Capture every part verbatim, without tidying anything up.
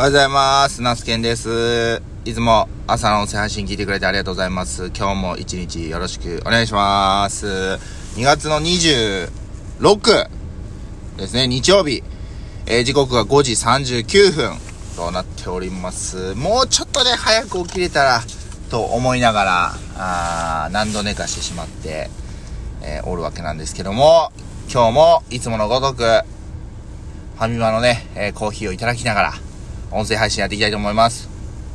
おはようございます。ナスケンです。いつも朝の音声配信聞いてくれてありがとうございます。今日も一日よろしくお願いします。にがつのにじゅうろくですね、日曜日、えー、時刻がごじさんじゅうきゅうふんとなっております。もうちょっとね早く起きれたらと思いながらあ何度寝かしてしまって、えー、おるわけなんですけども、今日もいつものごとくファミマのね、えー、コーヒーをいただきながら音声配信やっていきたいと思います。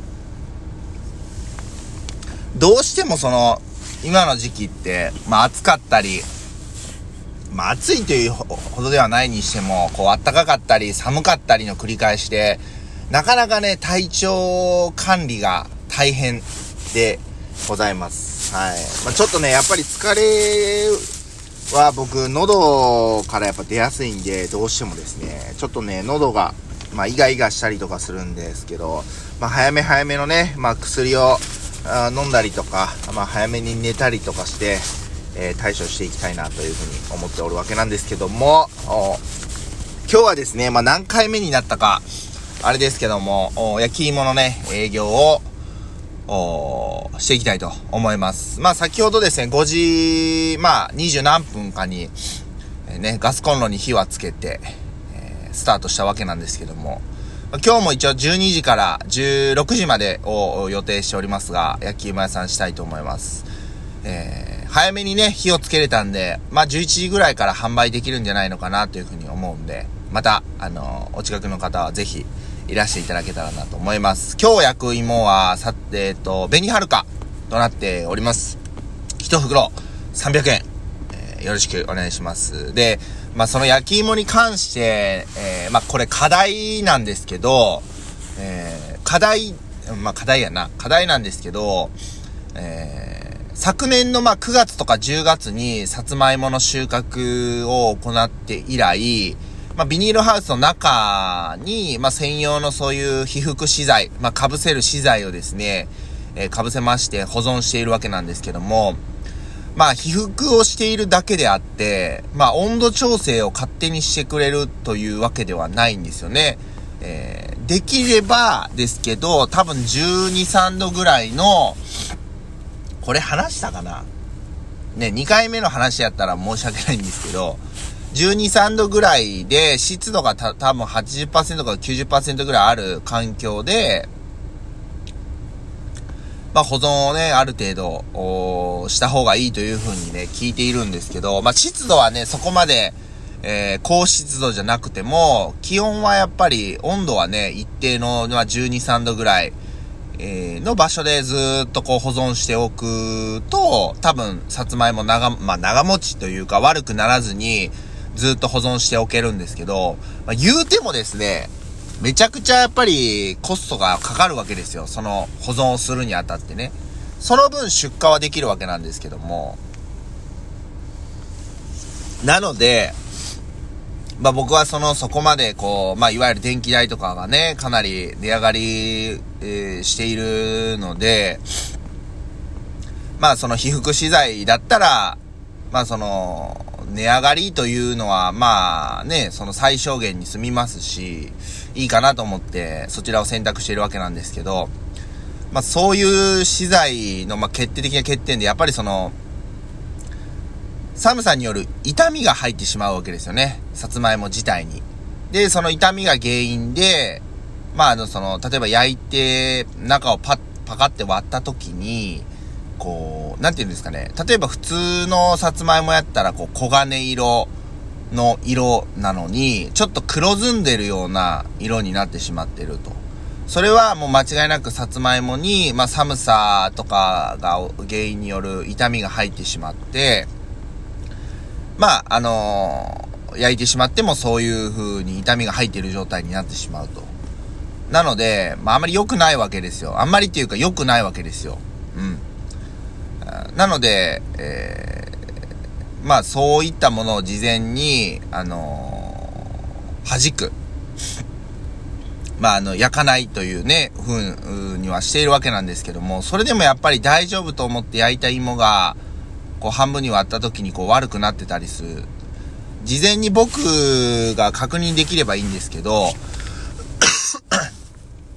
どうしてもその今の時期ってまあ暑かったり、まあ暑いというほどではないにしてもこう暖かかったり寒かったりの繰り返しで、なかなかね体調管理が大変でございます。はい。まあ、ちょっとねやっぱり疲れは僕喉からやっぱ出やすいんで、どうしてもですねちょっとね喉がまあイガイガしたりとかするんですけど、まあ早め早めのねまあ薬をあ飲んだりとか、まあ早めに寝たりとかして、えー、対処していきたいなというふうに思っておるわけなんですけども、今日はですねまあ何回目になったかあれですけども、焼き芋のね営業をしていきたいと思います。まあ先ほどですねごじまあにじゅう何分かに、えー、ねガスコンロに火はつけてスタートしたわけなんですけども、今日も一応じゅうにじからじゅうろくじまでを予定しておりますが、焼き芋屋さんしたいと思います。えー、早めにね火をつけれたんで、まあじゅういちじぐらいから販売できるんじゃないのかなというふうに思うんで、またあのー、お近くの方はぜひいらしていただけたらなと思います。今日焼く芋はさてえっと紅はるかとなっております。一袋さんびゃくえん、えー、よろしくお願いします。でまあその焼き芋に関して、えー、まあこれ課題なんですけど、えー、課題、まあ課題やな、課題なんですけど、えー、昨年のまあくがつとかじゅうがつにさつまいもの収穫を行って以来、まあビニールハウスの中に、まあ専用のそういう被覆資材、まあ被せる資材をですね、えー、被せまして保存しているわけなんですけども、まあ被覆をしているだけであって、まあ温度調整を勝手にしてくれるというわけではないんですよね。えー、できればですけど、多分じゅうに、さんどぐらいの、これ話したかなね、にかいめの話やったら申し訳ないんですけど、じゅうに、さんどぐらいで湿度がた多分 はちじゅっパーセント から きゅうじゅっパーセント ぐらいある環境で、まあ保存をね、ある程度、した方がいいというふうにね、聞いているんですけど、まあ湿度はね、そこまで、えー、高湿度じゃなくても、気温はやっぱり、温度はね、一定の、まあ、じゅうに、さんどぐらい、えー、の場所でずーっとこう保存しておくと、多分、さつまいも長、まあ長持ちというか悪くならずに、ずーっと保存しておけるんですけど、まあ、言うてもですね、めちゃくちゃやっぱりコストがかかるわけですよ。その保存をするにあたってね。その分出荷はできるわけなんですけども。なので、まあ僕はそのそこまでこう、まあいわゆる電気代とかがね、かなり値上がり、えー、しているので、まあその被覆資材だったら、まあその、値上がりというのはまあね、その最小限に済みますし、いいかなと思ってそちらを選択しているわけなんですけど、まあそういう資材のまあ決定的な欠点でやっぱりその寒さによる傷みが入ってしまうわけですよね、さつまいも自体に。でその傷みが原因で、まああのその例えば焼いて中をパッパカって割った時にこうなんていうんですかね、例えば普通のさつまいもやったらこう黄金色の色なのにちょっと黒ずんでるような色になってしまってると。それはもう間違いなくさつまいもに、まあ、寒さとかが原因による傷みが入ってしまって、まああのー、焼いてしまってもそういう風に傷みが入っている状態になってしまうと。なので、まあ、あんまり良くないわけですよ。あんまりっていうか良くないわけですよ。うんなので、えー、まあそういったものを事前にあのー、弾く、まああの焼かないというね風にはしているわけなんですけども、それでもやっぱり大丈夫と思って焼いた芋がこう半分に割った時にこう悪くなってたりする。事前に僕が確認できればいいんですけど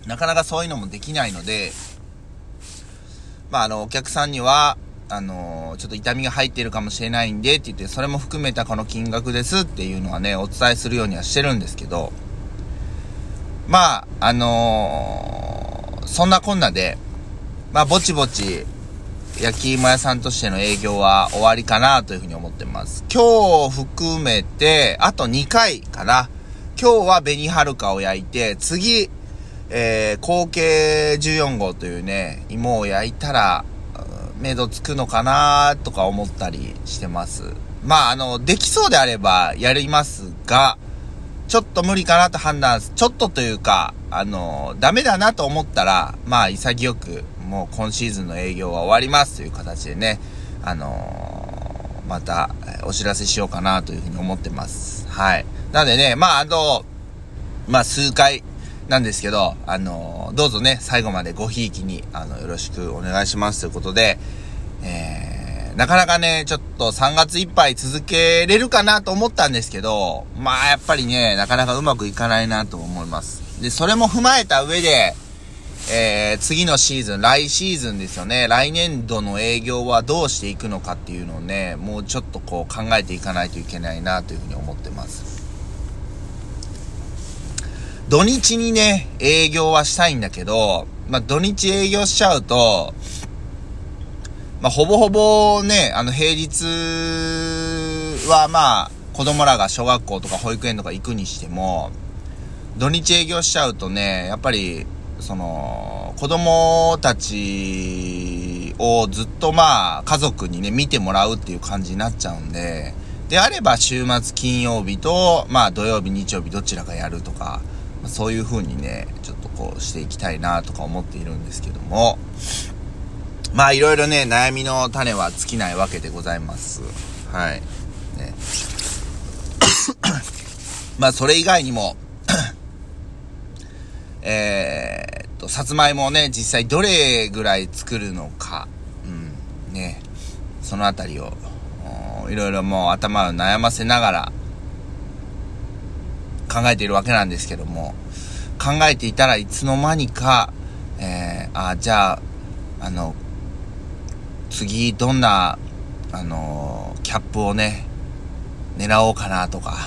なかなかそういうのもできないので、まあ、あの、お客さんには、あの、ちょっと痛みが入っているかもしれないんで、って言って、それも含めたこの金額ですっていうのはね、お伝えするようにはしてるんですけど、まあ、あのー、そんなこんなで、まあ、ぼちぼち、焼き芋屋さんとしての営業は終わりかなというふうに思ってます。今日含めて、あとにかいかな。今日は紅はるかを焼いて、次、えー、後継じゅうよんごうというね、芋を焼いたら、目処つくのかなとか思ったりしてます。まあ、あの、できそうであればやりますが、ちょっと無理かなと判断、ちょっとというか、あの、ダメだなと思ったら、まあ、潔く、もう今シーズンの営業は終わりますという形でね、あのー、またお知らせしようかなというふうに思ってます。はい。なのでね、まあ、あの、まあ、数回なんですけど、あのー、どうぞね、最後までごひいきに、あの、よろしくお願いしますということで、えー、なかなかね、ちょっとさんがついっぱい続けれるかなと思ったんですけど、まあ、やっぱりね、なかなかうまくいかないなと思います。で、それも踏まえた上で、えー、次のシーズン、来シーズンですよね。来年度の営業はどうしていくのかっていうのをね、もうちょっとこう考えていかないといけないなというふうに思ってます。土日にね、営業はしたいんだけど、まあ土日営業しちゃうと、まあほぼほぼね、あの平日はまあ子供らが小学校とか保育園とか行くにしても、土日営業しちゃうとね、やっぱりその子供たちをずっとまあ家族にね見てもらうっていう感じになっちゃうんで、であれば週末金曜日とまあ土曜日日曜日どちらかやるとか、そういう風にねちょっとこうしていきたいなとか思っているんですけども、まあいろいろね悩みの種は尽きないわけでございます。はいねまあそれ以外にもえー、っとさつまいもをね実際どれぐらい作るのか、うんね、そのあたりをいろいろもう頭を悩ませながら考えているわけなんですけども、考えていたらいつの間にか、えー、あじゃああの次どんなあのキャップをね狙おうかなとか、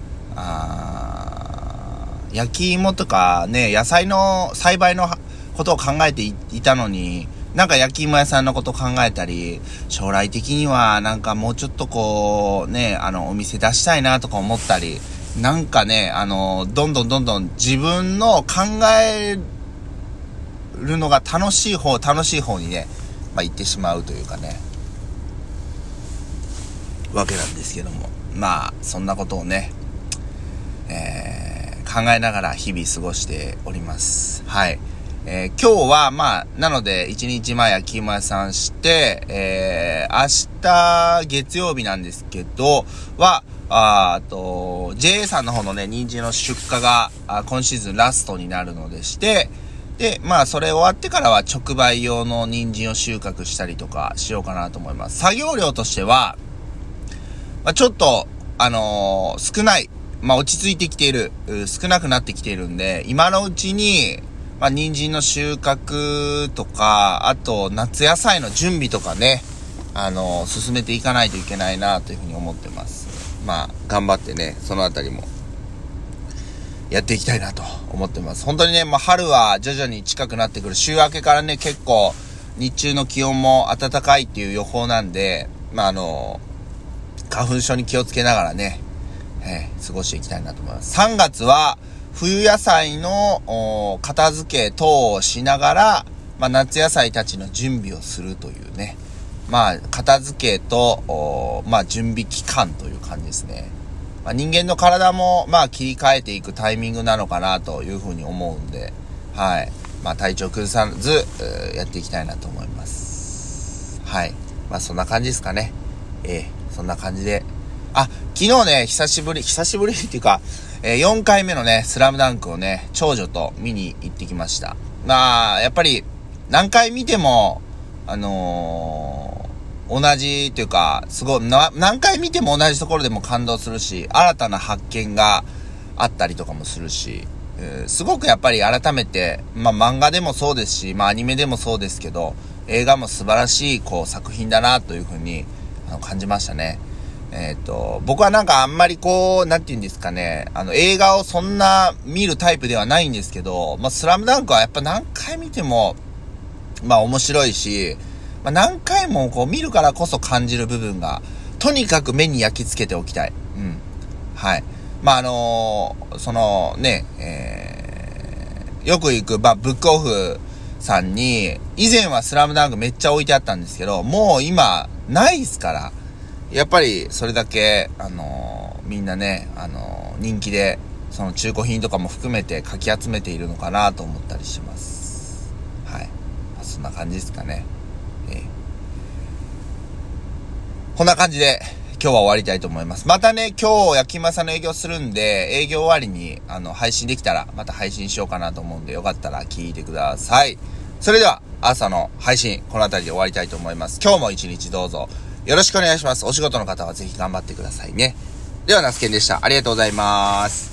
あ焼き芋とかね野菜の栽培のことを考えて い, いたのに、なんか焼き芋屋さんのことを考えたり、将来的にはなんかもうちょっとこうねあのお店出したいなとか思ったり、なんかねあのどんどんどんどん自分の考えるのが楽しい方楽しい方にね、まあ、行ってしまうというかねわけなんですけども、まあそんなことをね、えー、考えながら日々過ごしております。はい、えー、今日はまあなのでいちにちまえ焼き芋屋さんして、えー、明日月曜日なんですけどはあーと ジェーエー さんの方のね人参の出荷があ今シーズンラストになるのでして、でまあそれ終わってからは直売用の人参を収穫したりとかしようかなと思います。作業量としては、まあ、ちょっとあのー、少ない、まあ落ち着いてきている、少なくなってきているんで、今のうちにまあ人参の収穫とか、あと夏野菜の準備とかね、あのー、進めていかないといけないなというふうに思ってます。まあ頑張ってねそのあたりもやっていきたいなと思ってます。本当にね、まあ、春は徐々に近くなってくる。週明けからね結構日中の気温も暖かいっていう予報なんで、まああの花粉症に気をつけながらね、えー、過ごしていきたいなと思います。さんがつは冬野菜の片付け等をしながら、まあ、夏野菜たちの準備をするというね、まあ片付けとまあ準備期間という感じですね。まあ、人間の体もまあ切り替えていくタイミングなのかなというふうに思うんで、はい、まあ体調崩さずやっていきたいなと思います。はい、まあそんな感じですかね。えー、そんな感じで、あ、昨日ね久しぶり久しぶりっていうか、えー、よんかいめのねスラムダンクをね長女と見に行ってきました。まあやっぱり何回見てもあのー同じっていうかすごいな何回見ても同じところでも感動するし、新たな発見があったりとかもするし、うえー、すごくやっぱり改めて、まあ漫画でもそうですし、まあアニメでもそうですけど、映画も素晴らしいこう作品だなというふうにあの感じましたね。えっと、僕はなんかあんまりこう、なんて言うんですかね、あの映画をそんな見るタイプではないんですけど、まあスラムダンクはやっぱ何回見ても、まあ面白いし、まあ何回もこう見るからこそ感じる部分が、とにかく目に焼き付けておきたい。うん。はい。まああのー、そのね、えー、よく行く、まあブックオフさんに、以前はスラムダンクめっちゃ置いてあったんですけど、もう今、ないっすから、やっぱりそれだけ、あのー、みんなね、あのー、人気で、その中古品とかも含めてかき集めているのかなと思ったりします。はい。まあ、そんな感じですかね。えー、こんな感じで、今日は終わりたいと思います。またね、今日焼きまさの営業するんで、営業終わりにあの配信できたらまた配信しようかなと思うんで、よかったら聞いてください。それでは朝の配信この辺りで終わりたいと思います。今日も一日どうぞよろしくお願いします。お仕事の方はぜひ頑張ってくださいね。ではナスケンでした。ありがとうございます。